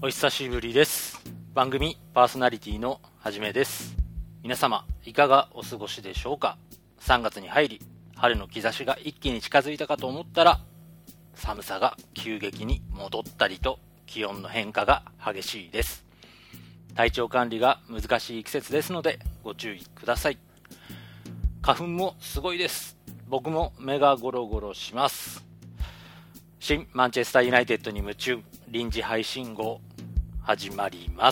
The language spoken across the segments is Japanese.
お久しぶりです。番組パーソナリティのはじめです。皆様いかがお過ごしでしょうか。3月に入り、春の兆しが一気に近づいたかと思ったら、寒さが急激に戻ったりと気温の変化が激しいです。体調管理が難しい季節ですのでご注意ください。花粉もすごいです。僕も目がゴロゴロします。新マンチェスターユナイテッドに夢中臨時配信号始まります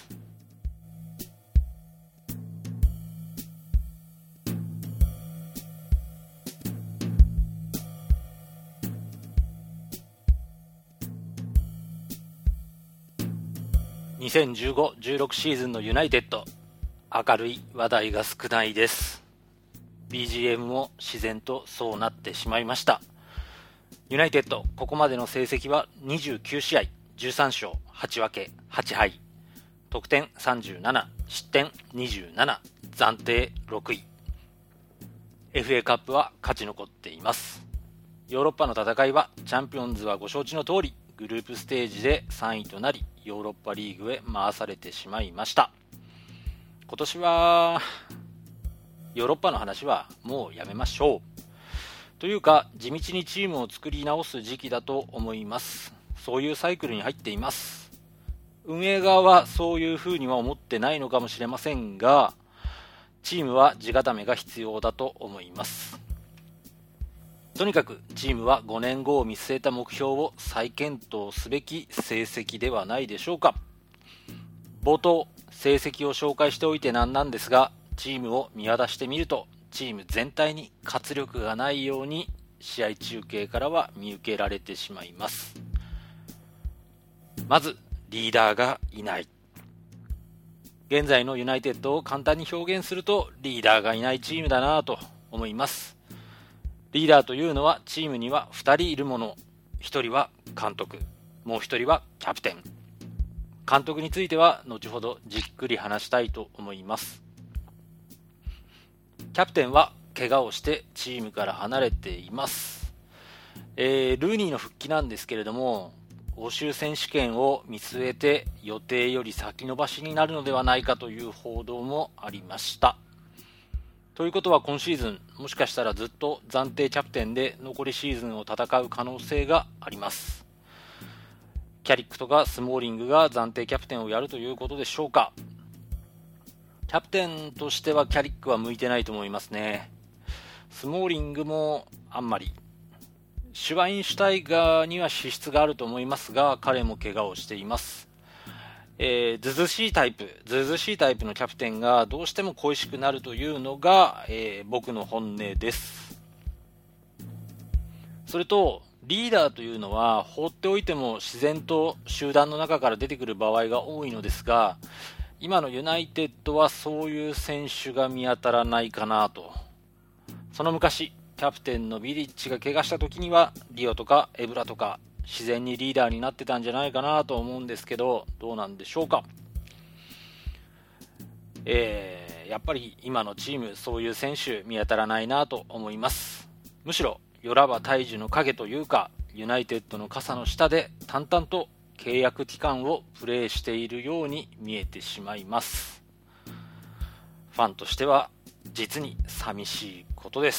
。2015-16シーズンのユナイテッド、明るい話題が少ないです。 BGM も自然とそうなってしまいました。ユナイテッド、ここまでの成績は29試合13勝8分け8敗、得点37、失点27、暫定6位。 FA カップは勝ち残っています。ヨーロッパの戦いはチャンピオンズはご承知の通りグループステージで3位となり、ヨーロッパリーグへ回されてしまいました。今年はヨーロッパの話はもうやめましょう。というか、地道にチームを作り直す時期だと思います。そういうサイクルに入っています。運営側はそういうふうには思ってないのかもしれませんが、チームは地固めが必要だと思います。とにかくチームは5年後を見据えた目標を再検討すべき成績ではないでしょうか。冒頭、成績を紹介しておいてなんですが、チームを見渡してみると、チーム全体に活力がないように試合中継からは見受けられてしまいます。まずリーダーがいない。現在のユナイテッドを簡単に表現すると、リーダーがいないチームだなと思います。リーダーというのはチームには2人いるもの。1人は監督、もう1人はキャプテン。監督については後ほどじっくり話したいと思います。キャプテンは怪我をしてチームから離れています。ルーニーの復帰なんですけれども、欧州選手権を見据えて予定より先延ばしになるのではないかという報道もありました。ということは今シーズン、もしかしたらずっと暫定キャプテンで残りシーズンを戦う可能性があります。キャリックとかスモーリングが暫定キャプテンをやるということでしょうか。キャプテンとしてはキャリックは向いてないと思いますね。スモーリングもあんまり。シュワインシュタイガーには資質があると思いますが、彼も怪我をしています。ずうずうしいタイプのキャプテンがどうしても恋しくなるというのが、僕の本音です。それとリーダーというのは放っておいても自然と集団の中から出てくる場合が多いのですが、今のユナイテッドはそういう選手が見当たらないかなと。その昔キャプテンのビリッチが怪我した時にはリオとかエブラとか自然にリーダーになってたんじゃないかなと思うんですけど、どうなんでしょうか。やっぱり今のチーム、そういう選手見当たらないなと思います。むしろヨラバ大樹の影というか、ユナイテッドの傘の下で淡々と契約期間をプレーしているように見えてしまいます。ファンとしては実に寂しいことです。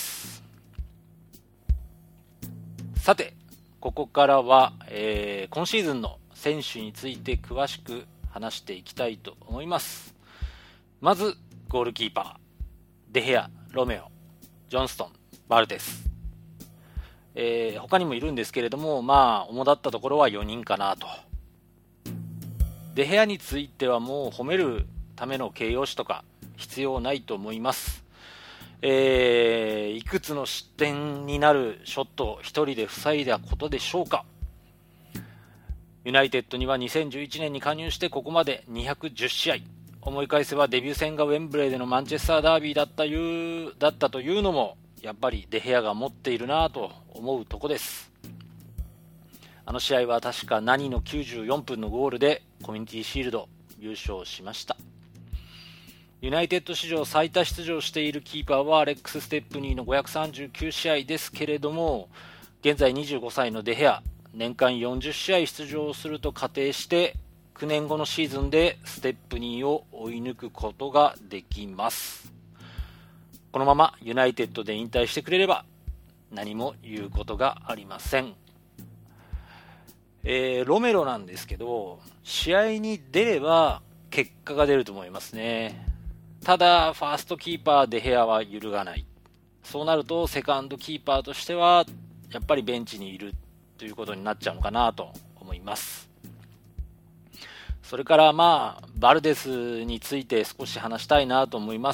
さて、ここからは、今シーズンの選手について詳しく話していきたいと思います。まずゴールキーパー、デヘア、ロメオ、ジョンストン、バルテス、他にもいるんですけれども、主だったところは4人かなと。デヘアについてはもう褒めるための形容詞とか必要ないと思います。いくつの失点になるショットを一人で塞いだことでしょうか。ユナイテッドには2011年に加入してここまで210試合、思い返せばデビュー戦がウェンブレーでのマンチェスターダービーだったというのもやっぱりデヘアが持っているなと思うとこです。あの試合は確かナニの94分のゴールでコミュニティシールド優勝しました。ユナイテッド史上最多出場しているキーパーはアレックス・ステップニーの539試合ですけれども、現在25歳のデヘア、年間40試合出場すると仮定して 9年後のシーズンでステップ2を追い抜くことができます。このままユナイテッドで引退してくれれば何も言うことがありません。ロメロなんですけど、試合に出れば結果が出ると思いますね。ただファーストキーパーデヘアは揺るがない。そうなるとセカンドキーパーとしてはやっぱりベンチにいるということになっちゃうのかなと思います。それからバルデスについて少し話したいなと思います。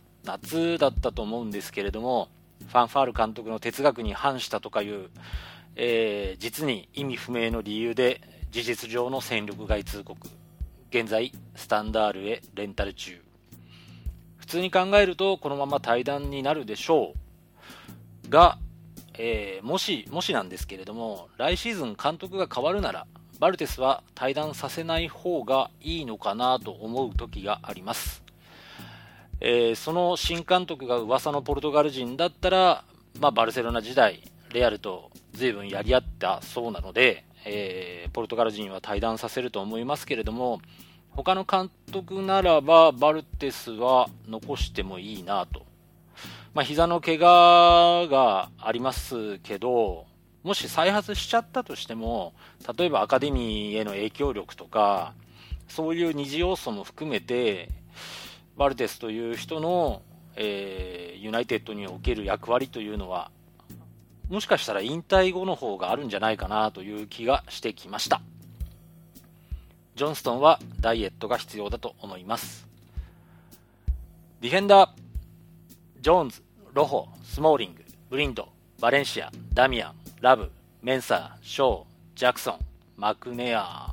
夏だったと思うんですけれども、ファンファール監督の哲学に反したとかいう、実に意味不明の理由で事実上の戦力外通告、現在スタンダールへレンタル中。普通に考えるとこのまま退団になるでしょうが、もしなんですけれども、来シーズン監督が変わるならバルテスは退団させない方がいいのかなと思う時があります。その新監督が噂のポルトガル人だったら、バルセロナ時代レアルと随分やり合ったそうなので、ポルトガル人は退団させると思いますけれども、他の監督ならばバルテスは残してもいいなと。膝の怪我がありますけど、もし再発しちゃったとしても、例えばアカデミーへの影響力とかそういう二次要素も含めてバルテスという人の、ユナイテッドにおける役割というのはもしかしたら引退後の方があるんじゃないかなという気がしてきました。ジョンストンはダイエットが必要だと思います。ディフェンダー、ジョーンズ、ロホ、スモーリング、ブリント、バレンシア、ダミアン、ラブ、メンサー、ショー、ジャクソン、マクネア。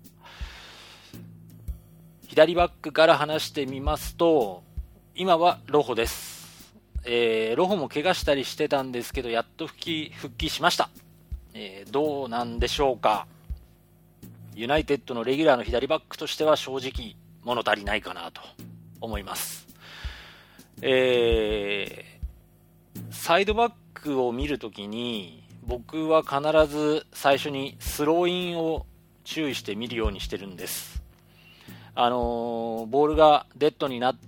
左バックから話してみますと、今はロホです。ロホも怪我したりしてたんですけど、やっと復帰しました。どうなんでしょうか。ユナイテッドのレギュラーの左バックとしては正直物足りないかなと思います。サイドバックを見るときに僕は必ず最初にスローインを注意して見るようにしてるんです。ボールがデッドになって、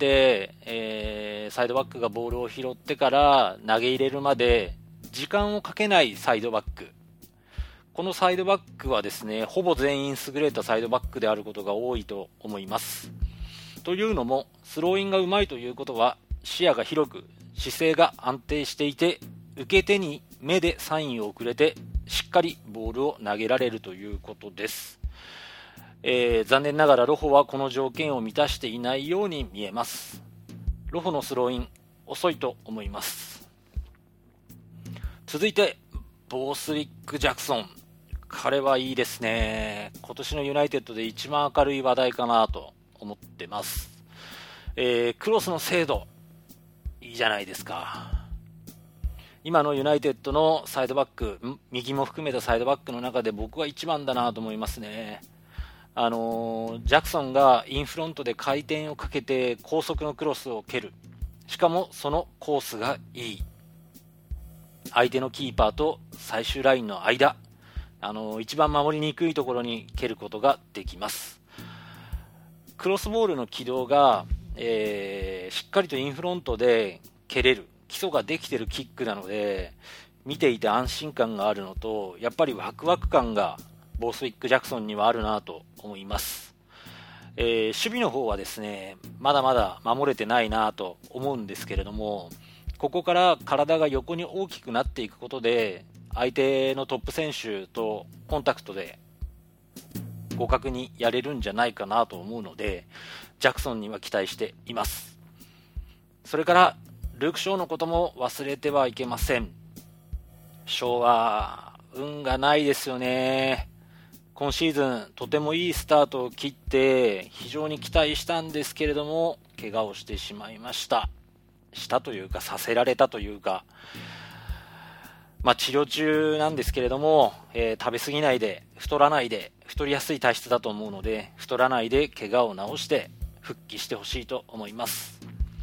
サイドバックがボールを拾ってから投げ入れるまで時間をかけないサイドバック、このサイドバックはですね、ほぼ全員優れたサイドバックであることが多いと思います。というのもスローインがうまいということは視野が広く姿勢が安定していて、受け手に目でサインを送れてしっかりボールを投げられるということです。残念ながらロホはこの条件を満たしていないように見えます。ロホのスローイン遅いと思います。続いてボースウィック・ジャクソン、彼はいいですね。今年のユナイテッドで一番明るい話題かなと思ってます。クロスの精度いいじゃないですか。今のユナイテッドのサイドバック、右も含めたサイドバックの中で僕は一番だなと思いますね。ジャクソンがインフロントで回転をかけて高速のクロスを蹴る、しかもそのコースがいい、相手のキーパーと最終ラインの間、一番守りにくいところに蹴ることができます。クロスボールの軌道が、しっかりとインフロントで蹴れる基礎ができているキックなので、見ていて安心感があるのと、やっぱりワクワク感がボースウィック・ジャクソンにはあるなと思います。守備の方はですね、まだまだ守れてないなと思うんですけれども、ここから体が横に大きくなっていくことで相手のトップ選手とコンタクトで互角にやれるんじゃないかなと思うので、ジャクソンには期待しています。それからルーク・ショーのことも忘れてはいけません。ショーは運がないですよね。今シーズンとてもいいスタートを切って非常に期待したんですけれども、怪我をしてしまいましたというか、させられたというか、治療中なんですけれども、食べ過ぎないで太らないで、太りやすい体質だと思うので、太らないで怪我を治して復帰してほしいと思います。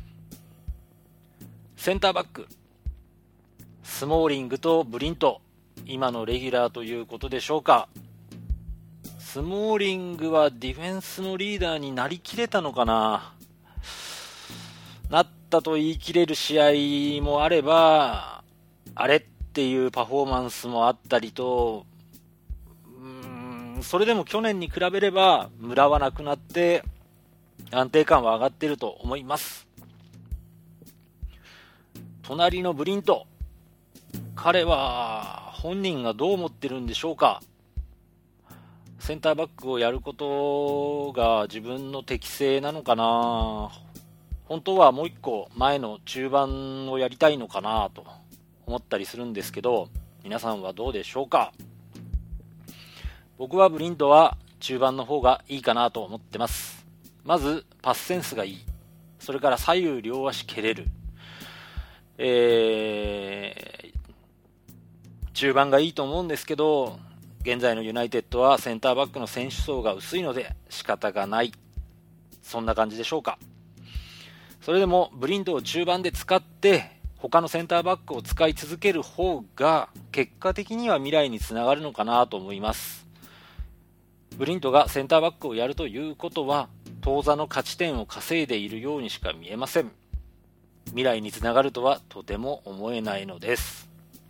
センターバック、スモーリングとブリント、今のレギュラーということでしょうか。 スモーリングはディフェンスのリーダーになりきれたのかな。なったと言い切れる試合もあれば、あれっていうパフォーマンスもあったりと、それでも去年に比べればムラはなくなって安定感は上がっていると思います。隣のブリント、彼は本人がどう思ってるんでしょうか。センターバックをやることが自分の適性なのかな。本当はもう一個前の中盤をやりたいのかなと思ったりするんですけど、皆さんはどうでしょうか。僕はブリントは中盤の方がいいかなと思ってます。まずパスセンスがいい、それから左右両足蹴れる、中盤がいいと思うんですけど、現在のユナイテッドはセンターバックの選手層が薄いので仕方がない、そんな感じでしょうか。それでもブリントを中盤で使って他のセンターバックを使い続ける方が結果的には未来につながるのかなと思います。ブリントがセンターバックをやるということは当座の勝ち点を稼いでいるようにしか見えません。未来につながるとはとても思えないのです。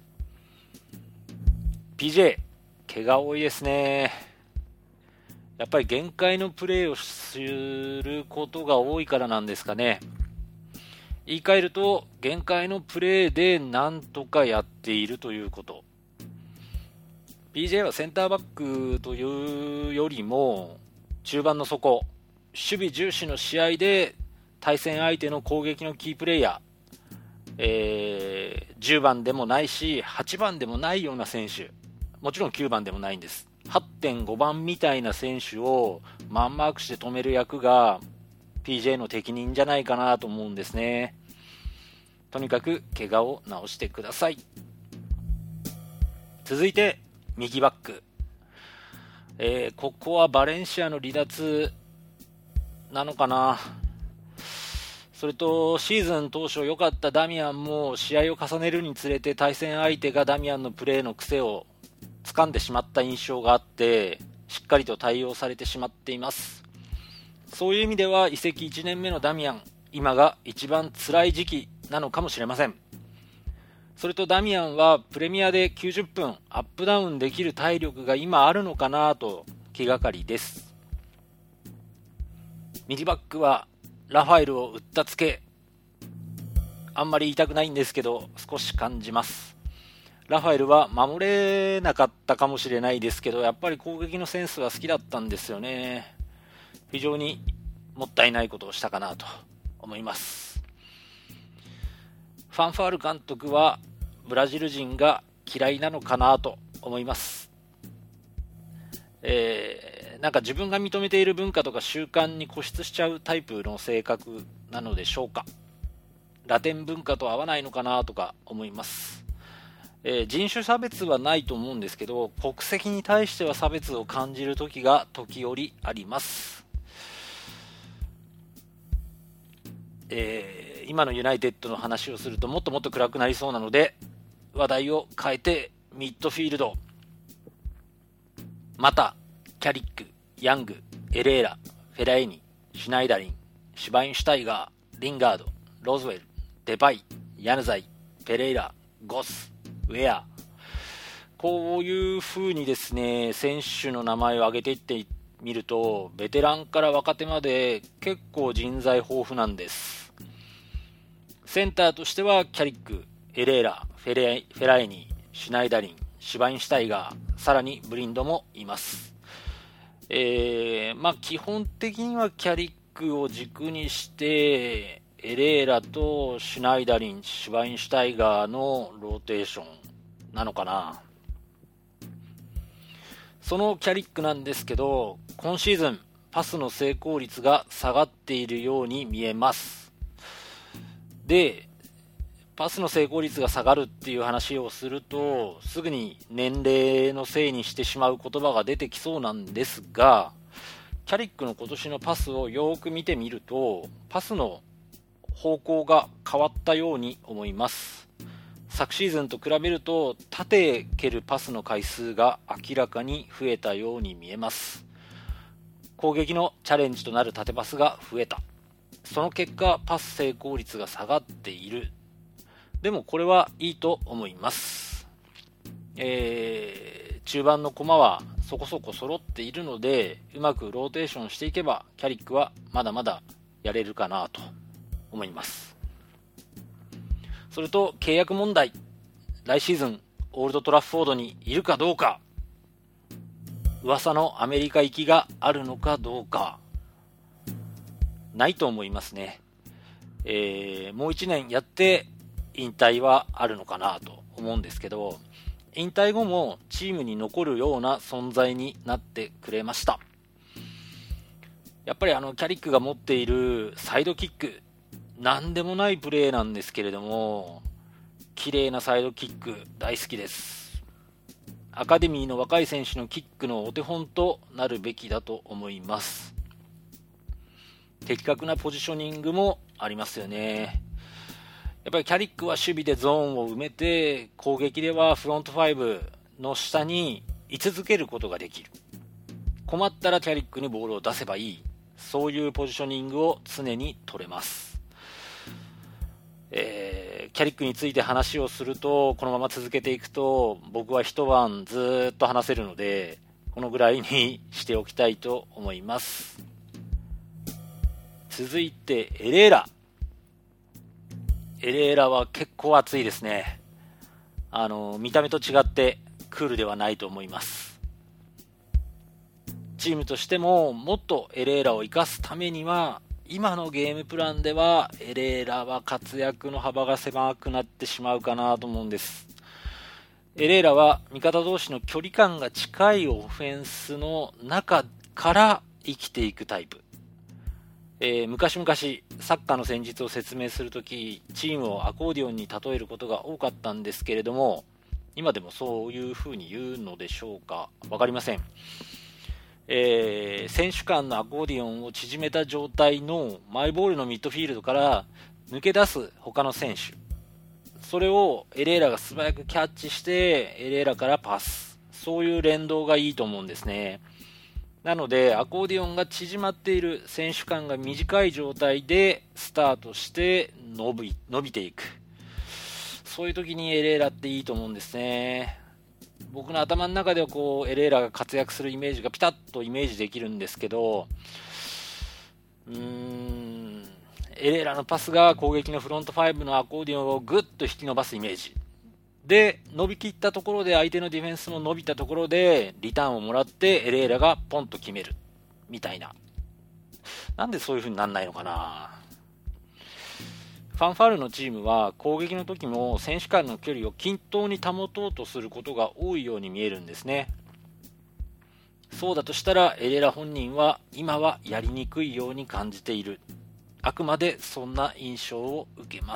PJ、 怪我多いですね。やっぱり限界のプレーをすることが多いからなんですかね。言い換えると限界のプレーでなんとかやっているということ。 PJ はセンターバックというよりも中盤の底、守備重視の試合で対戦相手の攻撃のキープレイヤー、10番でもないし8番でもないような選手、もちろん9番でもないんです。 8.5 番みたいな選手をマンマークして止める役が PJ の適任じゃないかなと思うんですね。とにかく怪我を治してください。続いて右バック、ここはバレンシアの離脱なのかな。それとシーズン当初良かったダミアンも試合を重ねるにつれて対戦相手がダミアンのプレーの癖を掴んでしまった印象があってしっかりと対応されてしまっています。そういう意味では移籍1年目のダミアン、今が一番辛い時期なのかもしれません。それとダミアンはプレミアで90分アップダウンできる体力が今あるのかなと気がかりです。右バックはラファエルを打ったつけ、あんまり言いたくないんですけど少し感じます。ラファエルは守れなかったかもしれないですけど、やっぱり攻撃のセンスは好きだったんですよね。非常にもったいないことをしたかなと思います。ファンファール監督はブラジル人が嫌いなのかなと思います。なんか自分が認めている文化とか習慣に固執しちゃうタイプの性格なのでしょうか。ラテン文化と合わないのかなとか思います。人種差別はないと思うんですけど、国籍に対しては差別を感じる時が時折あります。今のユナイテッドの話をするともっともっと暗くなりそうなので話題を変えて、ミッドフィールド、またキャリック、ヤング、エレーラ、フェラエニ、シュナイダリン、シュバインシュタイガー、リンガード、ロズウェル、デパイ、ヤヌザイ、ペレイラ、ゴス、ウェア、こういう風にですね選手の名前を挙げていってみるとベテランから若手まで結構人材豊富なんです。センターとしてはキャリック、エレーラ、フェラエニ、シュナイダリン、シュバインシュタイガー、さらにブリンドもいます。基本的にはキャリックを軸にしてエレーラとシュナイダリン、シュバインシュタイガーのローテーションなのかな。そのキャリックなんですけど、今シーズンパスの成功率が下がっているように見えます。で、パスの成功率が下がるっていう話をするとすぐに年齢のせいにしてしまう言葉が出てきそうなんですが、キャリックの今年のパスをよく見てみるとパスの方向が変わったように思います。昨シーズンと比べると縦へ蹴るパスの回数が明らかに増えたように見えます。 攻撃のチャレンジとなる縦パスが増えた。その結果パス成功率が下がっている。でもこれはいいと思います。中盤の駒はそこそこ揃っているので、うまくローテーションしていけばキャリックはまだまだやれるかなと思います。それと契約問題、来シーズンオールドトラッフォードにいるかどうか、噂のアメリカ行きがあるのかどうか、ないと思いますね。もう1年やって引退はあるのかなと思うんですけど、引退後もチームに残るような存在になってくれました。やっぱりキャリックが持っているサイドキック、なんでもないプレーなんですけれども、綺麗なサイドキック大好きです。アカデミーの若い選手のキックのお手本となるべきだと思います。的確なポジショニングもありますよね。やっぱりキャリックは守備でゾーンを埋めて、攻撃ではフロント5の下に居続けることができる。困ったらキャリックにボールを出せばいい。そういうポジショニングを常に取れます。キャリックについて話をすると、このまま続けていくと僕は一晩ずっと話せるので、このぐらいにしておきたいと思います。続いてエレーラ。エレーラは結構熱いですね。見た目と違ってクールではないと思います。チームとしてももっとエレーラを生かすためには、今のゲームプランではエレーラは活躍の幅が狭くなってしまうかなと思うんです。エレーラは味方同士の距離感が近いオフェンスの中から生きていくタイプ。昔々サッカーの戦術を説明するとき、チームをアコーディオンに例えることが多かったんですけれども、今でもそういう風に言うのでしょうか、わかりません。選手間のアコーディオンを縮めた状態のマイボールのミッドフィールドから抜け出す他の選手、それをエレーラが素早くキャッチしてエレーラからパス、そういう連動がいいと思うんですね。なのでアコーディオンが縮まっている、選手間が短い状態でスタートして伸びていく、そういう時にエレーラっていいと思うんですね。僕の頭の中ではエレーラが活躍するイメージがピタッとイメージできるんですけど、エレーラのパスが攻撃のフロント5のアコーディオンをぐっと引き伸ばすイメージで、伸びきったところで相手のディフェンスも伸びたところでリターンをもらってエレーラがポンと決めるみたいな。なんでそういう風になんないのかな。ファンファールのチームは攻撃の時も選手間の距離を均等に保とうとすることが多いように見えるんですね。そうだとしたらエレーラ本人は今はやりにくいように感じている。あくまでそんな印象を受けます。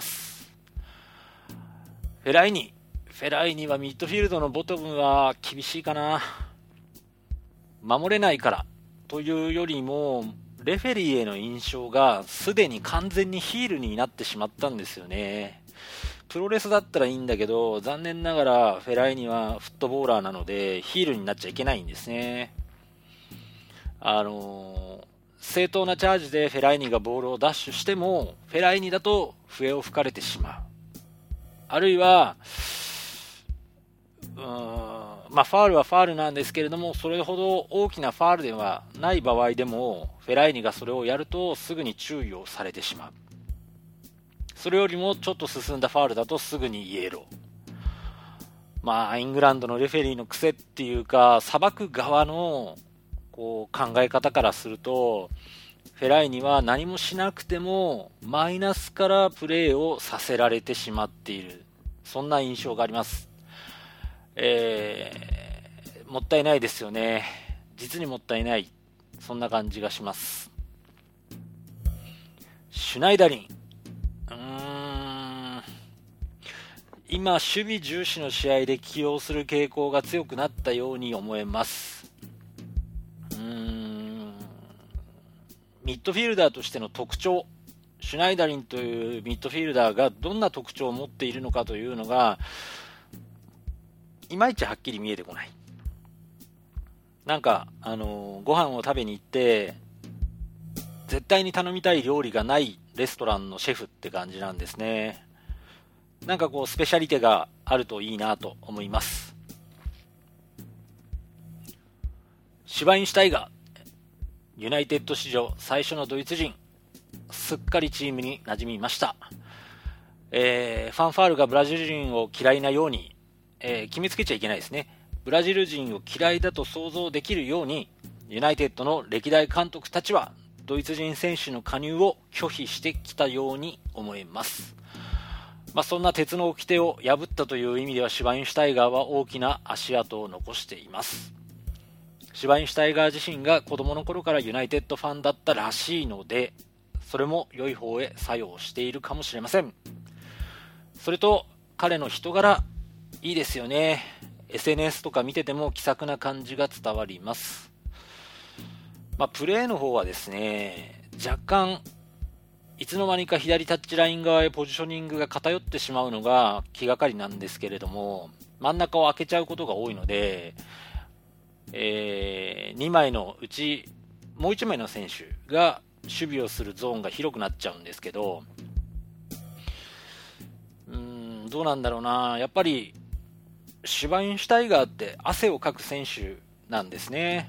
フェライニはミッドフィールドのボトムは厳しいかな。守れないからというよりも、レフェリーへの印象がすでに完全にヒールになってしまったんですよね。プロレスだったらいいんだけど、残念ながらフェライニはフットボーラーなのでヒールになっちゃいけないんですね。正当なチャージでフェライニがボールをダッシュしても、フェライニだと笛を吹かれてしまう。あるいはファールはファールなんですけれども、それほど大きなファールではない場合でもフェライニがそれをやるとすぐに注意をされてしまう。それよりもちょっと進んだファールだとすぐにイエロー。イングランドのレフェリーの癖っていうか、裁く側の考え方からすると、フェライニは何もしなくてもマイナスからプレーをさせられてしまっている、そんな印象があります。もったいないですよね。実にもったいない、そんな感じがします。シュナイダリン、今守備重視の試合で起用する傾向が強くなったように思えます。ミッドフィールダーとしての特徴、シュナイダリンというミッドフィールダーがどんな特徴を持っているのかというのがいまいちはっきり見えてこない。なんかご飯を食べに行って絶対に頼みたい料理がないレストランのシェフって感じなんですね。なんかこうスペシャリテがあるといいなと思います。シュバインシュタイガー、ユナイテッド史上最初のドイツ人、すっかりチームに馴染みました。ファンファールがブラジル人を嫌いなように、決めつけちゃいけないですね。ブラジル人を嫌いだと想像できるように、ユナイテッドの歴代監督たちはドイツ人選手の加入を拒否してきたように思えます。そんな鉄の掟を破ったという意味ではシュバインシュタイガーは大きな足跡を残しています。シュバインシュタイガー自身が子供の頃からユナイテッドファンだったらしいので、それも良い方へ作用しているかもしれません。それと彼の人柄いいですよね。 SNS とか見てても気さくな感じが伝わります。プレーの方はですね、若干いつの間にか左タッチライン側へポジショニングが偏ってしまうのが気がかりなんですけれども、真ん中を開けちゃうことが多いので、2枚のうちもう1枚の選手が守備をするゾーンが広くなっちゃうんですけど、どうなんだろうな。やっぱりシュバインシュタイガーって汗をかく選手なんですね。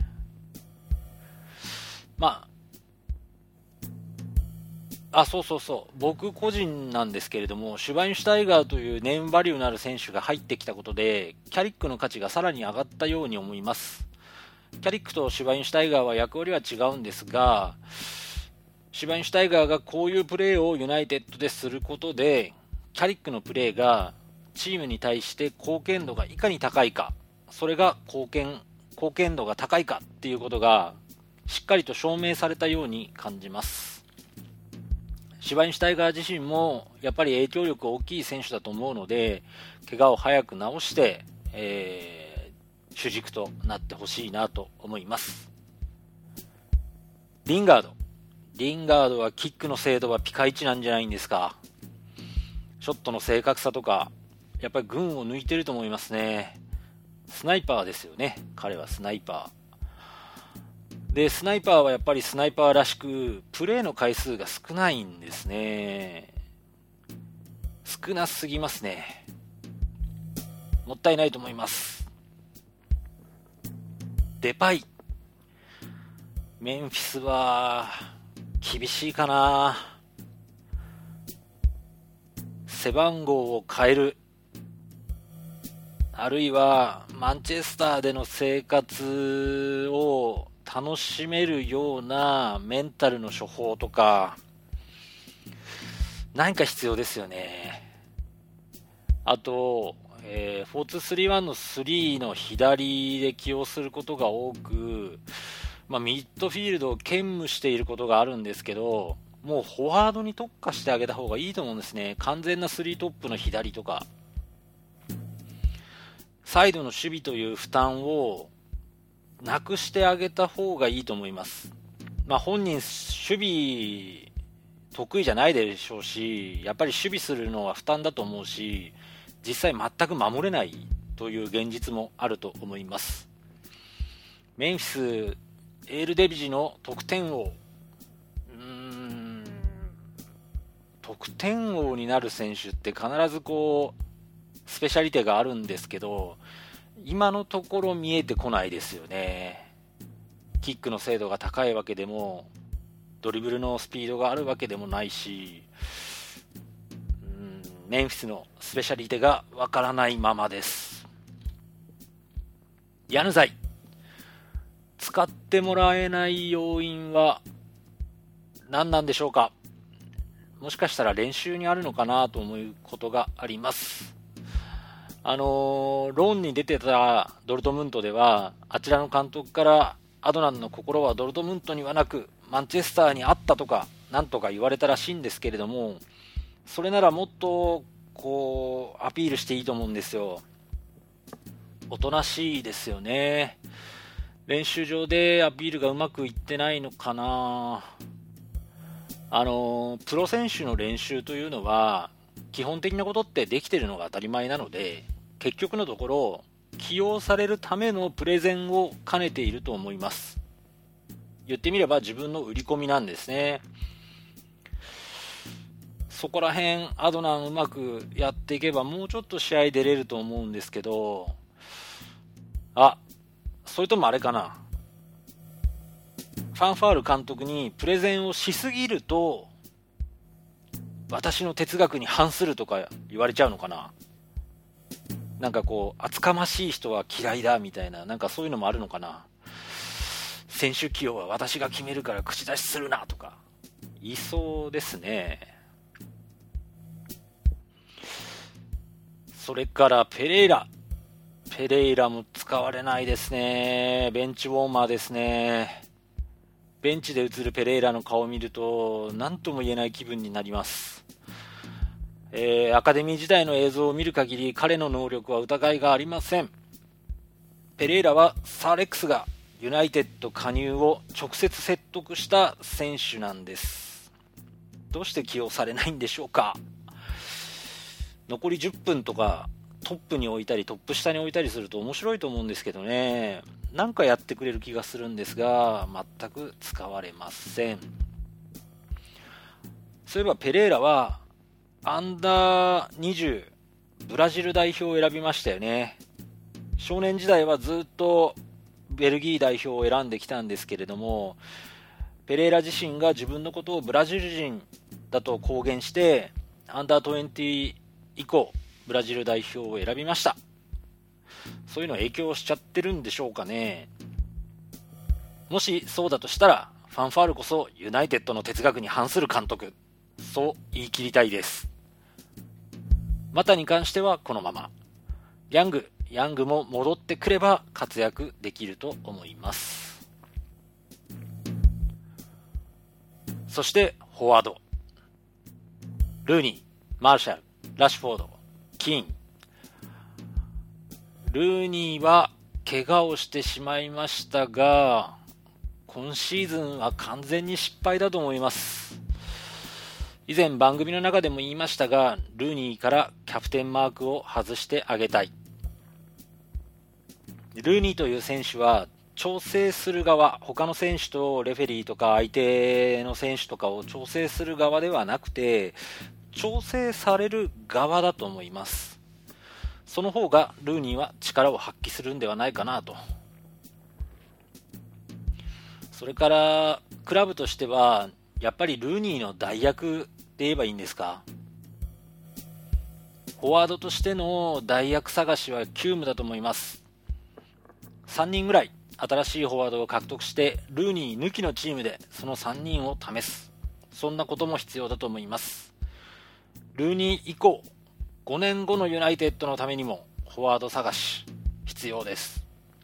そう僕個人なんですけれども、シュバインシュタイガーというネームバリューのある選手が入ってきたことでキャリックの価値がさらに上がったように思います。キャリックとシュバインシュタイガーは役割は違うんですが、シュバインシュタイガーがこういうプレーをユナイテッドですることで、キャリックのプレーがチームに対して貢献度がいかに高いか、それが貢献度が高いかっていうことがしっかりと証明されたように感じます。シュバインシュタイガー自身もやっぱり影響力大きい選手だと思うので、怪我を早く治して、主軸となってほしいなと思います。リンガードはキックの精度はピカイチなんじゃないんですか。ショットの正確さとかやっぱり群を抜いてると思いますね。スナイパーですよね。彼はスナイパーで、スナイパーはやっぱりスナイパーらしくプレーの回数が少ないんですね。少なすぎますね。もったいないと思います。デパイ、メンフィスは厳しいかな。背番号を変える、あるいはマンチェスターでの生活を楽しめるようなメンタルの処方とか何か必要ですよね。あと、4-2-3-1の3の左で起用することが多く、ミッドフィールドを兼務していることがあるんですけど、もうフォワードに特化してあげた方がいいと思うんですね。完全な3トップの左とか、サイドの守備という負担をなくしてあげた方がいいと思います。本人守備得意じゃないでしょうし、やっぱり守備するのは負担だと思うし、実際全く守れないという現実もあると思います。メンフィス、エールデビジの得点王、得点王になる選手って必ずスペシャリテがあるんですけど、今のところ見えてこないですよね。キックの精度が高いわけでも、ドリブルのスピードがあるわけでもないし、メンフィスのスペシャリテがわからないままです。ヤヌザイ、使ってもらえない要因は何なんでしょうか。もしかしたら練習にあるのかなと思うことがあります。ローンに出てたドルトムントでは、あちらの監督からアドナンの心はドルトムントにはなくマンチェスターにあったとかなんとか言われたらしいんですけれども、それならもっとアピールしていいと思うんですよ。おとなしいですよね。練習場でアピールがうまくいってないのかな。プロ選手の練習というのは基本的なことってできてるのが当たり前なので、結局のところ起用されるためのプレゼンを兼ねていると思います。 言ってみれば自分の売り込みなんですね。そこら辺アドナンうまくやっていけばもうちょっと試合出れると思うんですけど、それともあれかな、ファンファール監督にプレゼンをしすぎると私の哲学に反するとか言われちゃうのかな。なんかこう厚かましい人は嫌いだみたいな、なんかそういうのもあるのかな。選手起用は私が決めるから口出しするなとか言いそうですね。それからペレイラも使われないですね。ベンチウォーマーですね。ベンチで映るペレイラの顔を見ると何とも言えない気分になります。アカデミー時代の映像を見る限り彼の能力は疑いがありません。ペレイラはサーレックスがユナイテッド加入を直接説得した選手なんです。どうして起用されないんでしょうか。残り10分とかトップに置いたりトップ下に置いたりすると面白いと思うんですけどね。なんかやってくれる気がするんですが全く使われません。そういえばペレイラはアンダー20ブラジル代表を選びましたよね。少年時代はずっとベルギー代表を選んできたんですけれども、ペレイラ自身が自分のことをブラジル人だと公言してアンダー20以降ブラジル代表を選びました。そういうの影響しちゃってるんでしょうかね。もしそうだとしたらファンファールこそユナイテッドの哲学に反する監督、そう言い切りたいです。マタに関してはこのまま、ヤングも戻ってくれば活躍できると思います。そしてフォワード、ルーニー、マーシャル、ラッシュフォード、キーン。ルーニーは怪我をしてしまいましたが今シーズンは完全に失敗だと思います。以前番組の中でも言いましたが、ルーニーからキャプテンマークを外してあげたい。ルーニーという選手は調整する側、他の選手とレフェリーとか相手の選手とかを調整する側ではなくて調整される側だと思います。その方がルーニーは力を発揮するんではないかなと。それからクラブとしてはやっぱりルーニーの代役で言えばいいんですか。フォワードとしての代役探しは急務だと思います。3人ぐらい新しいフォワードを獲得してルーニー抜きのチームでその3人を試す、そんなことも必要だと思います。ルーニー以降5年後のユナイテッドのためにもフォワード探し必要です。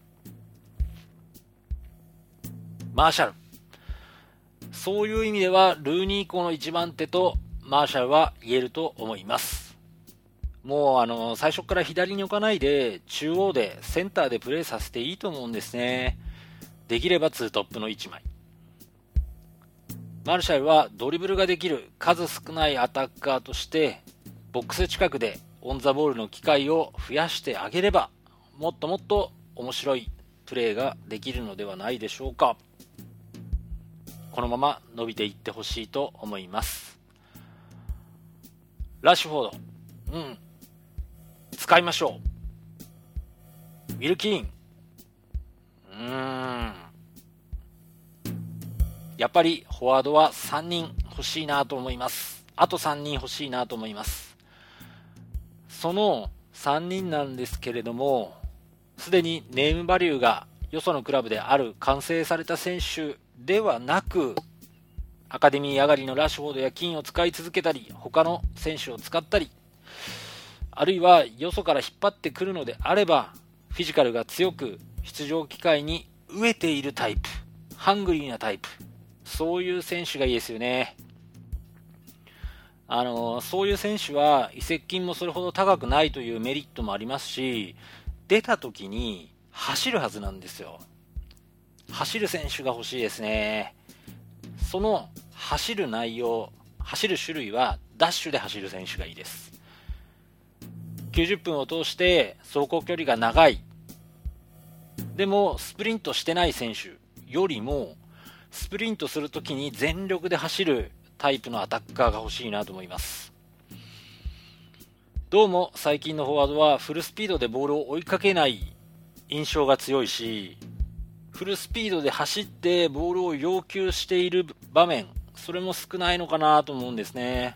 マーシャル、そういう意味ではルーニー以降の一番手とマーシャルは言えると思います。もう最初から左に置かないで中央でセンターでプレーさせていいと思うんですね。できれば2トップの1枚。マルシャルはドリブルができる数少ないアタッカーとしてボックス近くでオンザボールの機会を増やしてあげればもっともっと面白いプレーができるのではないでしょうか。このまま伸びていってほしいと思います。ラッシュフォード、使いましょう。ウィル・キーン、やっぱりフォワードは3人欲しいなと思います。あと3人欲しいなと思います。その3人なんですけれども、すでにネームバリューがよそのクラブである完成された選手ではなく、アカデミー上がりのラッシュフォードやキーンを使い続けたり、他の選手を使ったり、あるいはよそから引っ張ってくるのであれば、フィジカルが強く出場機会に飢えているタイプ、ハングリーなタイプ、そういう選手がいいですよね。そういう選手は移籍金もそれほど高くないというメリットもありますし、出た時に走るはずなんですよ。走る選手が欲しいですね。その走る内容、走る種類はダッシュで走る選手がいいです。90分を通して走行距離が長い、でもスプリントしてない選手よりもスプリントするときに全力で走るタイプのアタッカーが欲しいなと思います。どうも最近のフォワードはフルスピードでボールを追いかけない印象が強いし、フルスピードで走ってボールを要求している場面、それも少ないのかなと思うんですね。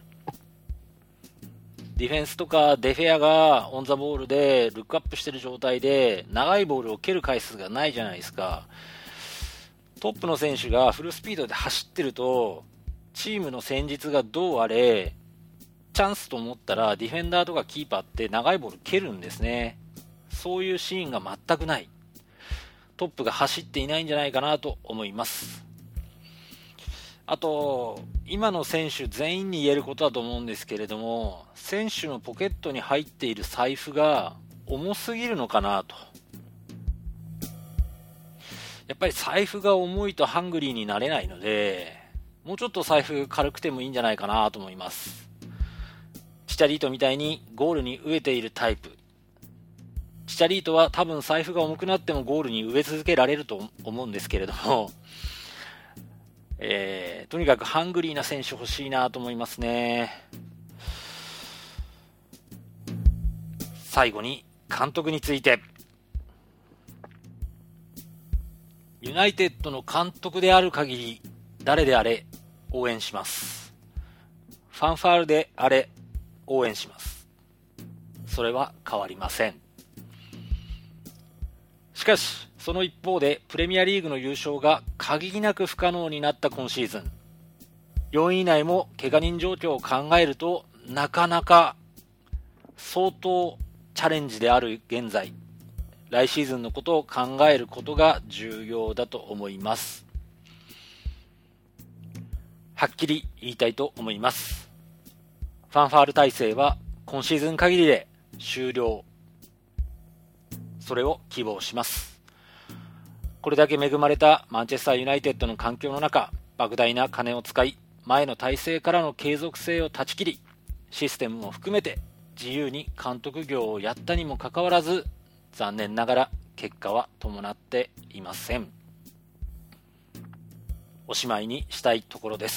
ディフェンスとかデフェアがオンザボールでルックアップしている状態で長いボールを蹴る回数がないじゃないですか。トップの選手がフルスピードで走ってるとチームの戦術がどうあれチャンスと思ったらディフェンダーとかキーパーって長いボール蹴るんですね。そういうシーンが全くない。トップが走っていないんじゃないかなと思います。あと今の選手全員に言えることだと思うんですけれども、選手のポケットに入っている財布が重すぎるのかなと。やっぱり財布が重いとハングリーになれないので、もうちょっと財布軽くてもいいんじゃないかなと思います。チチャリートみたいにゴールに飢えているタイプ。チチャリートは多分財布が重くなってもゴールに飢え続けられると思うんですけれども、とにかくハングリーな選手欲しいなと思いますね。最後に監督について。ユナイテッドの監督である限り誰であれ応援します。ファンファールであれ応援します。それは変わりません。しかしその一方でプレミアリーグの優勝が限りなく不可能になった今シーズン、4位以内も怪我人状況を考えるとなかなか相当チャレンジである現在、来シーズンのことを考えることが重要だと思います。はっきり言いたいと思います。ファンファール体制は今シーズン限りで終了。それを希望します。これだけ恵まれたマンチェスターユナイテッドの環境の中、莫大な金を使い、前の体制からの継続性を断ち切り、システムも含めて自由に監督業をやったにもかかわらず、残念ながら結果は伴っていません。おしまいにしたいところです。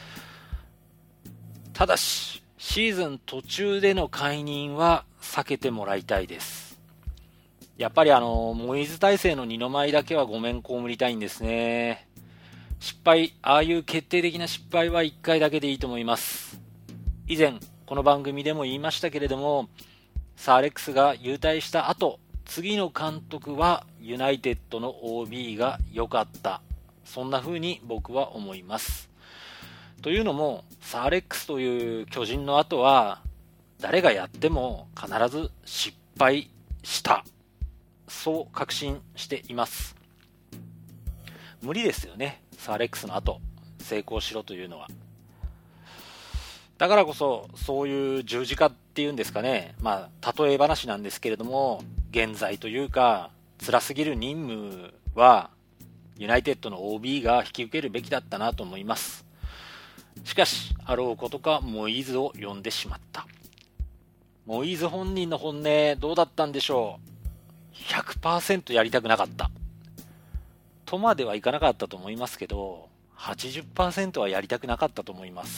ただしシーズン途中での解任は避けてもらいたいです。やっぱりモイーズ体制の二の舞だけはごめん被りたいんですね。失敗、ああいう決定的な失敗は1回だけでいいと思います。以前この番組でも言いましたけれども、サーレックスが勇退した後、次の監督はユナイテッドの OB が良かった、そんな風に僕は思います。というのもサーレックスという巨人の後は誰がやっても必ず失敗した、そう確信しています。無理ですよね、サーレックスの後成功しろというのは。だからこそそういう十字架っていうんですかね、例え話なんですけれども、現在というか辛すぎる任務はユナイテッドの OB が引き受けるべきだったなと思います。しかしあろうことかモイーズを呼んでしまった。モイーズ本人の本音どうだったんでしょう。 100% やりたくなかったとまではいかなかったと思いますけど、 80% はやりたくなかったと思います。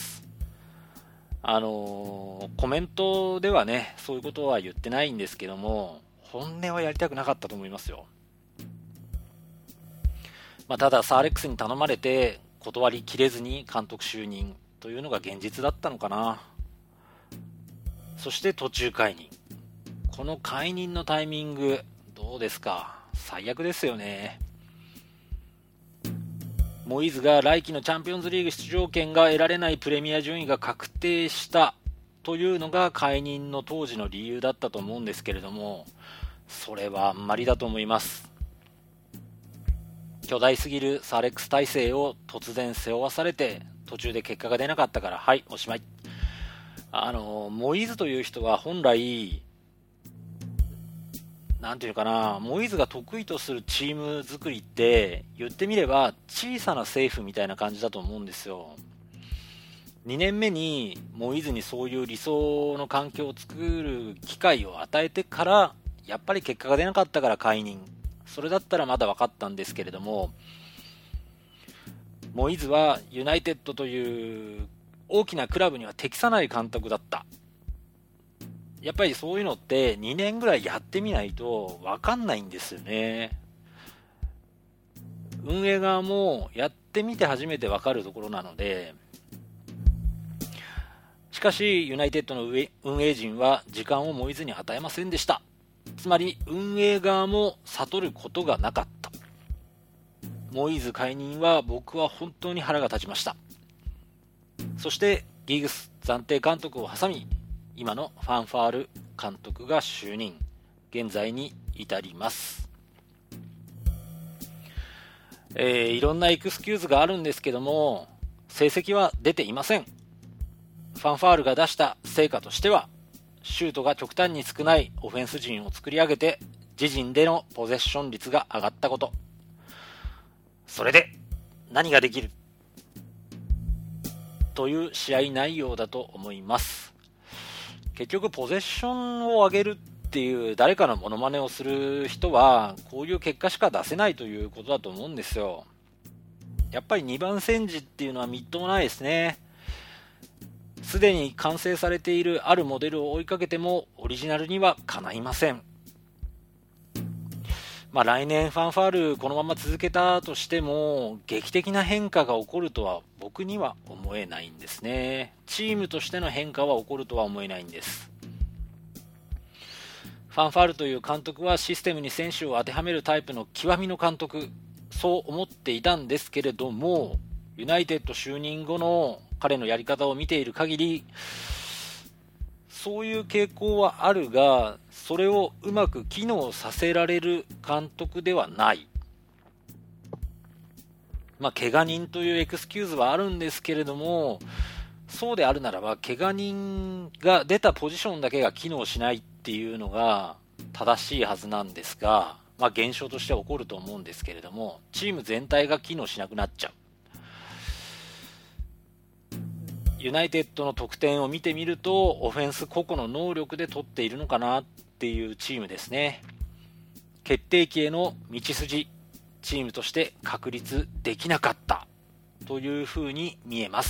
コメントではねそういうことは言ってないんですけども、本音はやりたくなかったと思いますよ。ただサーレックスに頼まれて断りきれずに監督就任というのが現実だったのかな。そして途中解任、この解任のタイミングどうですか。最悪ですよね。モイーズが来季のチャンピオンズリーグ出場権が得られないプレミア順位が確定したというのが解任の当時の理由だったと思うんですけれども、それはあんまりだと思います。巨大すぎるサーレックス体制を突然背負わされて途中で結果が出なかったからはいおしまい。モイーズという人は本来なんていうかな、モイーズが得意とするチーム作りって言ってみれば小さな政府みたいな感じだと思うんですよ。2年目にモイーズにそういう理想の環境を作る機会を与えてからやっぱり結果が出なかったから解任、それだったらまだ分かったんですけれども、 モイズはユナイテッドという大きなクラブには適さない監督だった。やっぱりそういうのって2年ぐらいやってみないと分かんないんですよね。運営側もやってみて初めて分かるところなので、しかしユナイテッドの運営陣は時間をモイズに与えませんでした。つまり運営側も悟ることがなかった。モイズ解任は僕は本当に腹が立ちました。そしてギグス暫定監督を挟み、今のファンファール監督が就任、現在に至ります。いろんなエクスキューズがあるんですけども、成績は出ていません。ファンファールが出した成果としては、シュートが極端に少ないオフェンス陣を作り上げて、自陣でのポゼッション率が上がったこと。それで何ができるという試合内容だと思います。結局ポゼッションを上げるっていう誰かのモノマネをする人はこういう結果しか出せないということだと思うんですよ。やっぱり2番煎じっていうのはみっともないですね。すでに完成されているあるモデルを追いかけてもオリジナルにはかないません。来年ファンファールこのまま続けたとしても劇的な変化が起こるとは僕には思えないんですね。チームとしての変化は起こるとは思えないんです。ファンファールという監督はシステムに選手を当てはめるタイプの極みの監督、そう思っていたんですけれども、ユナイテッド就任後の彼のやり方を見ている限り、そういう傾向はあるが、それをうまく機能させられる監督ではない。怪我人というエクスキューズはあるんですけれども、そうであるならば怪我人が出たポジションだけが機能しないっていうのが正しいはずなんですが、現象として起こると思うんですけれども、チーム全体が機能しなくなっちゃう。ユナイテッドの得点を見てみると、オフェンス個々の能力で取っているのかなっていうチームですね。決定機への道筋、チームとして確立できなかったというふうに見えます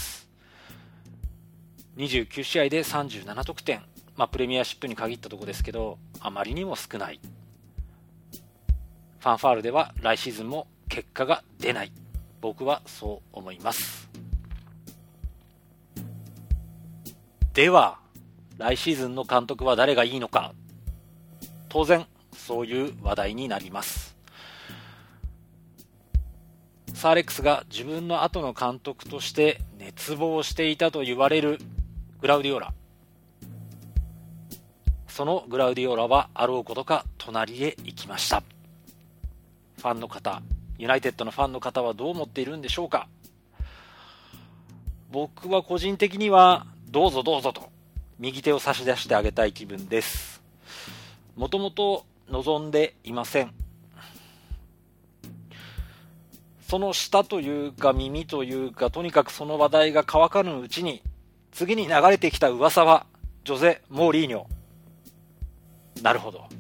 。29試合で37得点、プレミアシップに限ったところですけど、あまりにも少ない。ファンファールでは来シーズンも結果が出ない。僕はそう思います。では来シーズンの監督は誰がいいのか。当然そういう話題になります。サーレックスが自分の後の監督として熱望していたと言われるグラウディオラ。そのグラウディオラはあろうことか隣へ行きました。ファンの方、ユナイテッドのファンの方はどう思っているんでしょうか。僕は個人的にはどうぞどうぞと右手を差し出してあげたい気分です。もともと望んでいません。その舌というか耳というか、とにかくその話題が乾かぬうちに、次に流れてきた噂はジョゼ・モーリーニョ。なるほど。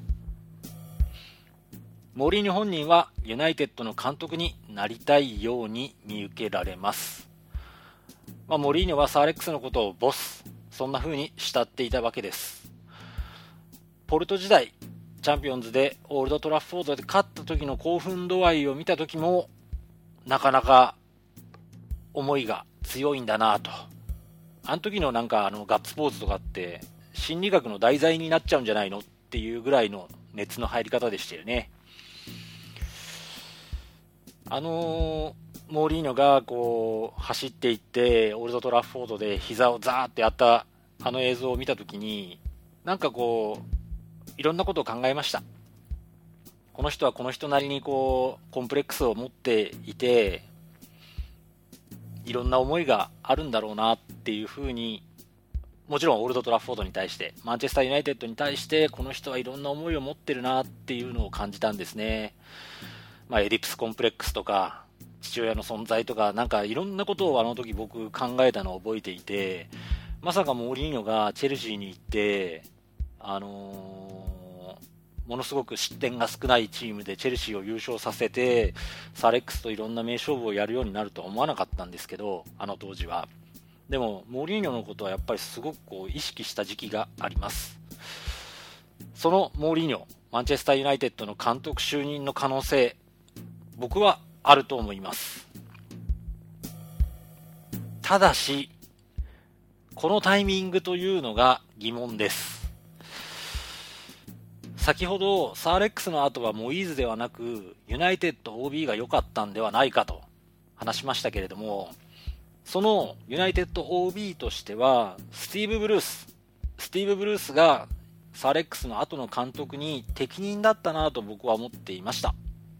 モーリーニョ本人はユナイテッドの監督になりたいように見受けられます。モーリーニョはサーレックスのことをボス、そんな風に慕っていたわけです。ポルト時代、チャンピオンズでオールドトラッフォードで勝った時の興奮度合いを見た時も、なかなか思いが強いんだなと。あの時のガッツポーズとかって心理学の題材になっちゃうんじゃないのっていうぐらいの熱の入り方でしたよね。モーリーニョがこう走っていってオールドトラッフォードで膝をザーってやったあの映像を見たときに、いろんなことを考えました。この人はこの人なりにコンプレックスを持っていて、いろんな思いがあるんだろうなっていうふうに、もちろんオールドトラッフォードに対して、マンチェスターユナイテッドに対して、この人はいろんな思いを持ってるなっていうのを感じたんですね。エディプスコンプレックスとか父親の存在とか、いろんなことをあの時僕考えたのを覚えていて、まさかモーリーニョがチェルシーに行ってものすごく失点が少ないチームでチェルシーを優勝させて、サレックスといろんな名勝負をやるようになるとは思わなかったんですけど、あの当時は。でもモーリーニョのことはやっぱりすごく意識した時期があります。そのモーリーニョ、マンチェスターユナイテッドの監督就任の可能性、僕はあると思います。ただしこのタイミングというのが疑問です。先ほどサーレックスの後はモイーズではなくユナイテッド OB が良かったんではないかと話しましたけれども、そのユナイテッド OB としてはスティーブ・ブルースがサーレックスの後の監督に適任だったなと僕は思っていました。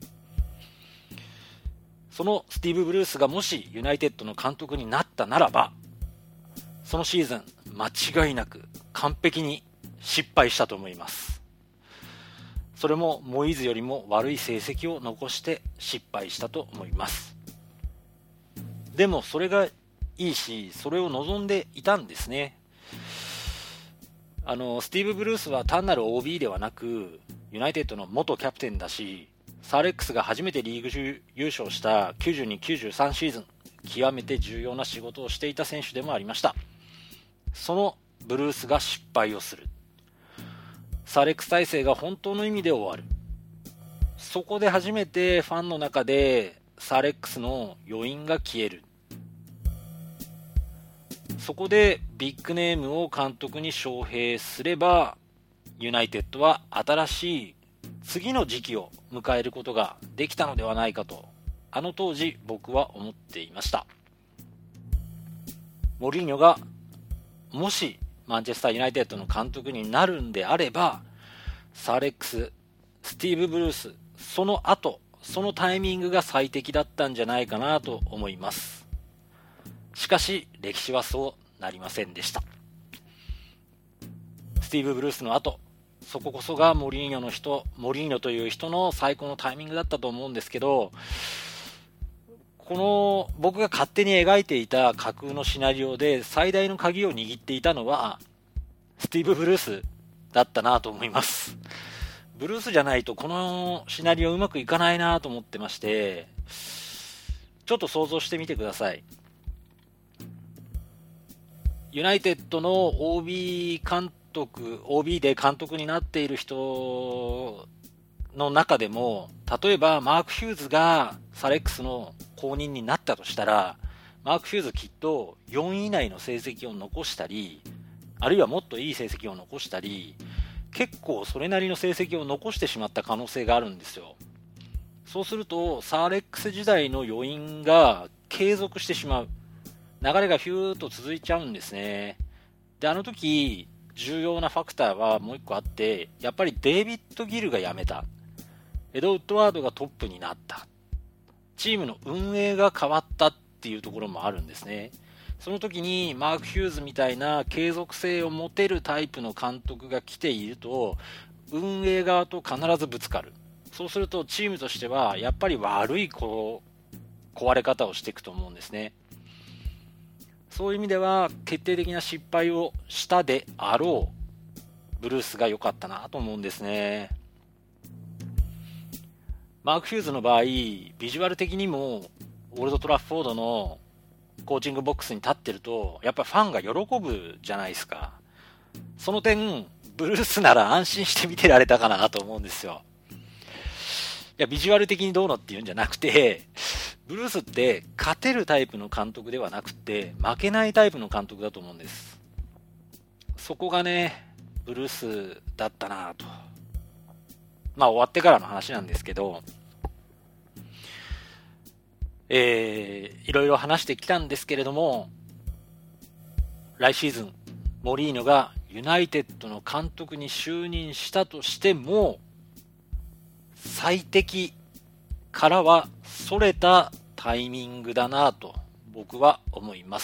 そのスティーブ・ブルースがもしユナイテッドの監督になったならば、そのシーズン間違いなく完璧に失敗したと思います。それもモイーズよりも悪い成績を残して失敗したと思います。でもそれがいいし、それを望んでいたんですね。スティーブ・ブルースは単なる OB ではなくユナイテッドの元キャプテンだし、サーレックスが初めてリーグ優勝した92、93シーズン、極めて重要な仕事をしていた選手でもありました。そのブルースが失敗をする。サーレックス体制が本当の意味で終わる。そこで初めてファンの中でサーレックスの余韻が消える。そこでビッグネームを監督に招聘すれば、ユナイテッドは新しい次の時期を迎えることができたのではないかと、あの当時僕は思っていました。モリーニョがもしマンチェスターユナイテッドの監督になるんであれば、サーレックス、スティーブ・ブルース、その後、そのタイミングが最適だったんじゃないかなと思います。しかし歴史はそうなりませんでした。スティーブ・ブルースの後、そここそがモリーニョという人の最高のタイミングだったと思うんですけど、この僕が勝手に描いていた架空のシナリオで最大の鍵を握っていたのはスティーブ・ブルースだったなと思います。ブルースじゃないとこのシナリオうまくいかないなと思ってまして、ちょっと想像してみてください。ユナイテッドの OB で監督になっている人の中でも、例えばマーク・ヒューズがサレックスの後任になったとしたら、マーク・ヒューズきっと4位以内の成績を残したり、あるいはもっといい成績を残したり、結構それなりの成績を残してしまった可能性があるんですよ。そうするとサーレックス時代の余韻が継続してしまう、流れがヒューッと続いちゃうんですね。で、あの時重要なファクターはもう一個あって、やっぱりデイビッド・ギルが辞めた、エド・ウッドワードがトップになった、チームの運営が変わったっていうところもあるんですね。その時にマーク・ヒューズみたいな継続性を持てるタイプの監督が来ていると、運営側と必ずぶつかる。そうするとチームとしてはやっぱり悪い壊れ方をしていくと思うんですね。そういう意味では決定的な失敗をしたであろうブルースが良かったなと思うんですね。マーク・ヒューズの場合、ビジュアル的にもオールドトラッフォードのコーチングボックスに立ってるとやっぱりファンが喜ぶじゃないですか。その点ブルースなら安心して見てられたかなと思うんですよ。いやビジュアル的にどうのっていうんじゃなくて、ブルースって勝てるタイプの監督ではなくて負けないタイプの監督だと思うんです。そこがねブルースだったなと。終わってからの話なんですけど、いろいろ話してきたんですけれども、来シーズンモリーニョがユナイテッドの監督に就任したとしても最適からはそれたタイミングだなと僕は思います。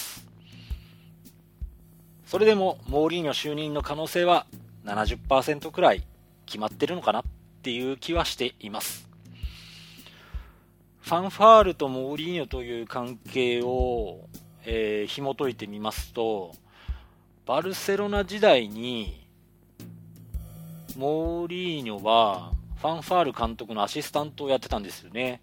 それでもモーリーニョ就任の可能性は 70% くらい決まってるのかなっていう気はしています。ファンファールとモーリーニョという関係を、紐解いてみますと、バルセロナ時代にモーリーニョはファンファール監督のアシスタントをやってたんですよね。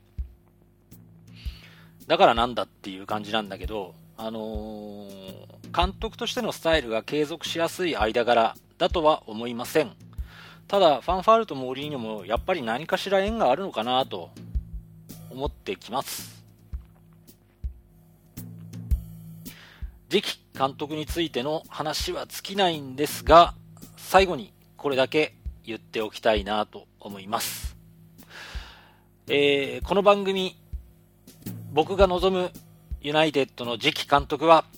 だからなんだっていう感じなんだけど、監督としてのスタイルが継続しやすい間柄だとは思いません。ただファンファールとモーリーニョもやっぱり何かしら縁があるのかなと思ってきます。次期監督についての話は尽きないんですが、最後にこれだけ言っておきたいなと思います。この番組、僕が望むユナイテッドの次期監督は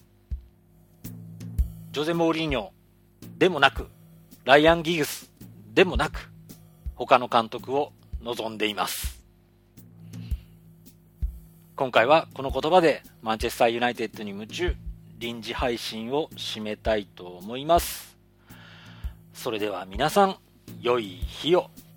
ジョゼ・モーリーニョでもなく、ライアン・ギグスでもなく、他の監督を望んでいます。今回はこの言葉でマンチェスターユナイテッドに夢中、臨時配信を締めたいと思います。それでは皆さん、良い日を。